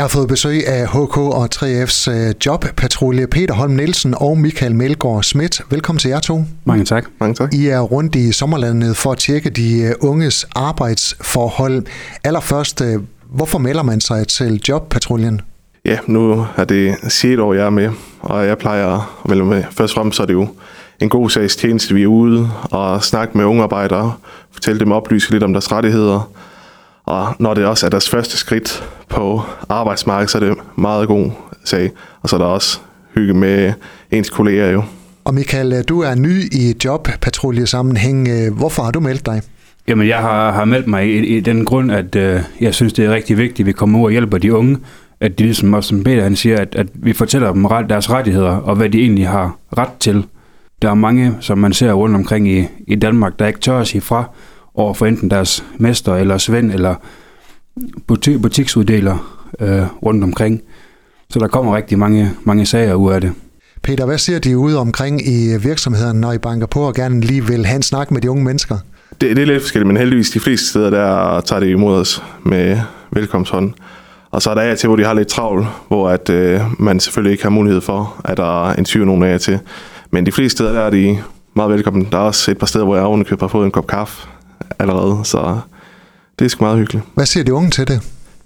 Jeg har fået besøg af HK og 3F's jobpatrulje Peter Holm Nielsen og Michael Melgaard Schmidt. Velkommen til jer to. Mange tak. Mange tak. I er rundt i sommerlandet for at tjekke de unges arbejdsforhold. Allerførst, hvorfor melder man sig til jobpatruljen? Ja, nu er det 6. år, jeg er med, og jeg plejer at melde med. Først og fremmest så er det jo en god sags tjeneste, vi er ude og snakke med unge arbejdere, fortælle dem, oplyse lidt om deres rettigheder. Og når det også er deres første skridt på arbejdsmarkedet, så er det meget god sag. Og så er der også hygge med ens kolleger jo. Og Michael, du er ny i jobpatruljesammenhæng. Hvorfor har du meldt dig? Jamen, jeg har meldt mig i den grund, at jeg synes, det er rigtig vigtigt, at vi kommer ud og hjælper de unge. At de ligesom også, som Peter han siger, at vi fortæller dem deres rettigheder, og hvad de egentlig har ret til. Der er mange, som man ser rundt omkring i Danmark, der ikke tør at sige fra over for enten deres mester eller svend eller butiksuddeler rundt omkring. Så der kommer rigtig mange sager ud af det. Peter, hvad siger de ude omkring i virksomheden, når I banker på og gerne lige vil have en snak med de unge mennesker? Det er lidt forskelligt, men heldigvis de fleste steder, der tager det imod os med velkomsthånd. Og så er der af til, hvor de har lidt travlt, hvor at, man selvfølgelig ikke har mulighed for, at der interviewer nogen af til. Men de fleste steder, der er de meget velkommen. Der er også et par steder, hvor jeg ovenikøbet har fået en kop kaffe allerede, så det er sgu meget hyggeligt. Hvad siger de unge til det?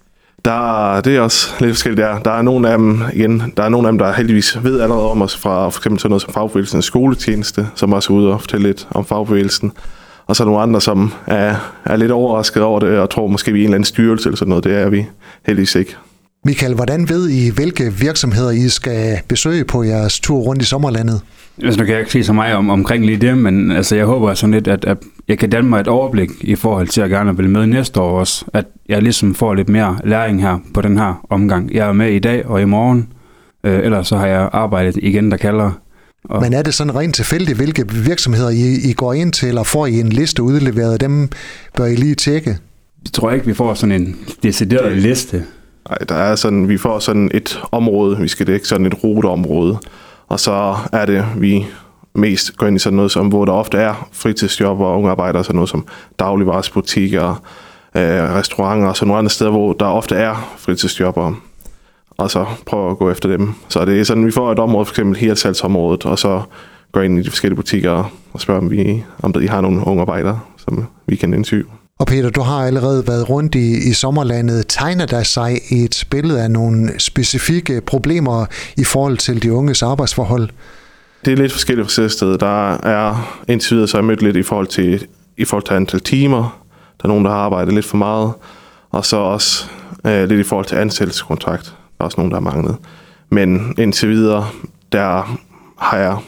Det er også lidt forskelligt der. Der er nogle af dem, der heldigvis ved allerede om os fra for eksempel sådan noget som fagbevægelsens skoletjeneste, som også er ude og fortælle lidt om fagbevægelsen. Og så er nogle andre, som er lidt overrasket over det, og tror måske, vi er en eller anden styrelse eller sådan noget. Det er vi heldigvis ikke. Michael, hvordan ved I, hvilke virksomheder I skal besøge på jeres tur rundt i sommerlandet? Altså, nu kan jeg ikke sige så meget omkring lige det, men altså, jeg håber sådan lidt, at jeg kan danne mig et overblik i forhold til at gerne vil med næste år også. At jeg ligesom får lidt mere læring her på den her omgang. Jeg er med i dag og i morgen, ellers så har jeg arbejdet igen, der kalder. Men er det sådan rent tilfældigt, hvilke virksomheder I går ind til, eller får I en liste udleveret? Dem bør I lige tjekke. Jeg tror ikke, vi får sådan en decideret liste. Nej, der er sådan, vi får sådan et område, vi skal dække sådan et ruteområde. Og så er det, vi mest går ind i sådan noget, som, hvor der ofte er fritidsjob og unge arbejdere, sådan noget som dagligvaresbutikker, restauranter og sådan nogle andre steder, hvor der ofte er fritidsjobber. Og så prøver at gå efter dem. Så det er sådan, vi får et område, for eksempel Hirtshalsområdet, og så går ind i de forskellige butikker og spørger, om de har nogle unge arbejdere, som vi kan interviewe. Og Peter, du har allerede været rundt i sommerlandet. Tegner der sig et billede af nogle specifikke problemer i forhold til de unges arbejdsforhold? Det er lidt forskelligt fra stedet. Der er indtil videre, så jeg mødt lidt i forhold til antal timer. Der er nogen, der har arbejdet lidt for meget. Og så også lidt i forhold til ansættelseskontrakt. Der er også nogen, der har manglet. Men indtil videre, der har jeg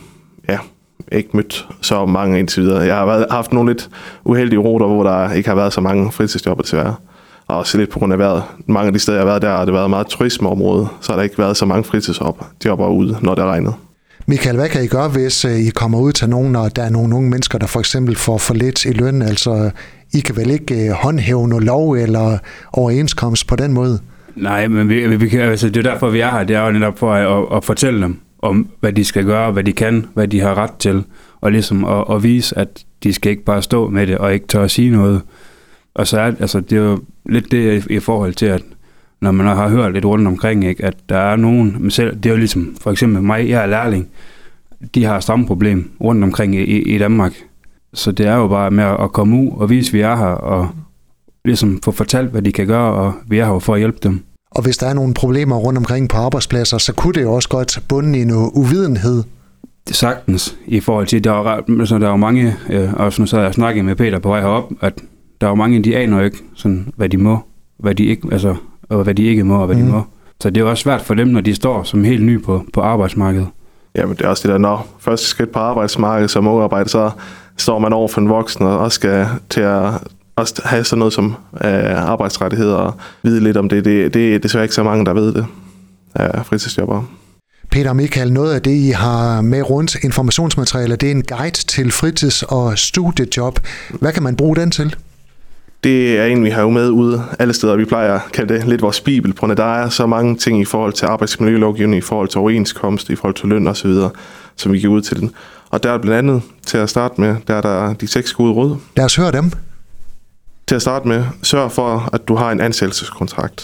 ikke mødt så mange indtil videre. Jeg har haft nogle lidt uheldige ruter, hvor der ikke har været så mange fritidsjobber desværre. Og også lidt på grund af vejret. Mange af de steder, jeg har været der, har det været meget turismeområde, så har der ikke været så mange fritidsjobber ude, når det er regnet. Michael, hvad kan I gøre, hvis I kommer ud til nogen, og der er nogle unge mennesker, der for eksempel får for lidt i løn? Altså, I kan vel ikke håndhæve noget lov eller overenskomst på den måde? Nej, men vi kan, altså, det er derfor, vi er her. Det er jo netop for at fortælle dem om, hvad de skal gøre, hvad de kan, hvad de har ret til, og ligesom at vise, at de skal ikke bare stå med det og ikke tør at sige noget. Og så er det er jo lidt det i forhold til, at når man har hørt lidt rundt omkring, ikke, at der er nogen, selv, det er jo ligesom for eksempel mig, jeg er lærling, de har samme problem rundt omkring i Danmark. Så det er jo bare med at komme ud og vise, at vi er her, og ligesom få fortalt, hvad de kan gøre, og vi er her for at hjælpe dem. Og hvis der er nogle problemer rundt omkring på arbejdspladser, så kunne det jo også godt bunde i noget uvidenhed. Det sagtens i forhold til, der er jo mange, og nu så har jeg snakket med Peter på vej herop, at der er jo mange, de aner jo ikke, sådan, hvad de må, hvad de ikke, altså, og hvad de ikke må, og hvad de må. Så det er jo også svært for dem, når de står som helt ny på arbejdsmarkedet. Jamen det er også det der, når første skridt på arbejdsmarkedet som ungearbejder, så står man over for en voksen og også skal til at også have sådan noget som arbejdsrettigheder og vide lidt om det. Det er desværre ikke så mange, der ved det af fritidsjobbere. Peter og Michael, noget af det, I har med rundt informationsmaterialer, det er en guide til fritids- og studiejob. Hvad kan man bruge den til? Det er en, vi har jo med ude alle steder. Vi plejer at kalde det lidt vores bibel, på der er så mange ting i forhold til arbejdsmiljølovgivning, i forhold til overenskomst, i forhold til løn osv., som vi giver ud til den. Og der er blandt andet, til at starte med, der er der de 6 gode råd. Lad os høre dem. Til at starte med, sørg for, at du har en ansættelseskontrakt.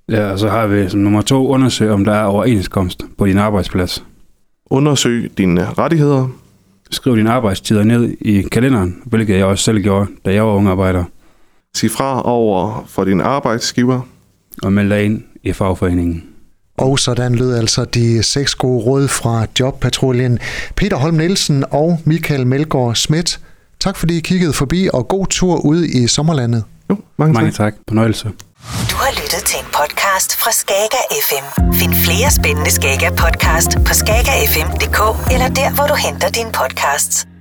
Ja, og så har vi som nummer 2, undersøg, om der er overenskomst på din arbejdsplads. Undersøg dine rettigheder. Skriv dine arbejdstider ned i kalenderen, hvilket jeg også selv gjorde, da jeg var ung arbejder. Sig fra over for din arbejdsgiver. Og meld dig ind i fagforeningen. Og sådan lød altså de 6 gode råd fra Jobpatruljen. Peter Holm Nielsen og Michael Melgaard Schmidt. Tak fordi I kiggede forbi, og god tur ud i sommerlandet. Jo, mange tak. Fornøjelse. Du har lyttet til en podcast fra Skager FM. Find flere spændende Skager podcast på skagerfm.dk eller der, hvor du henter dine podcasts.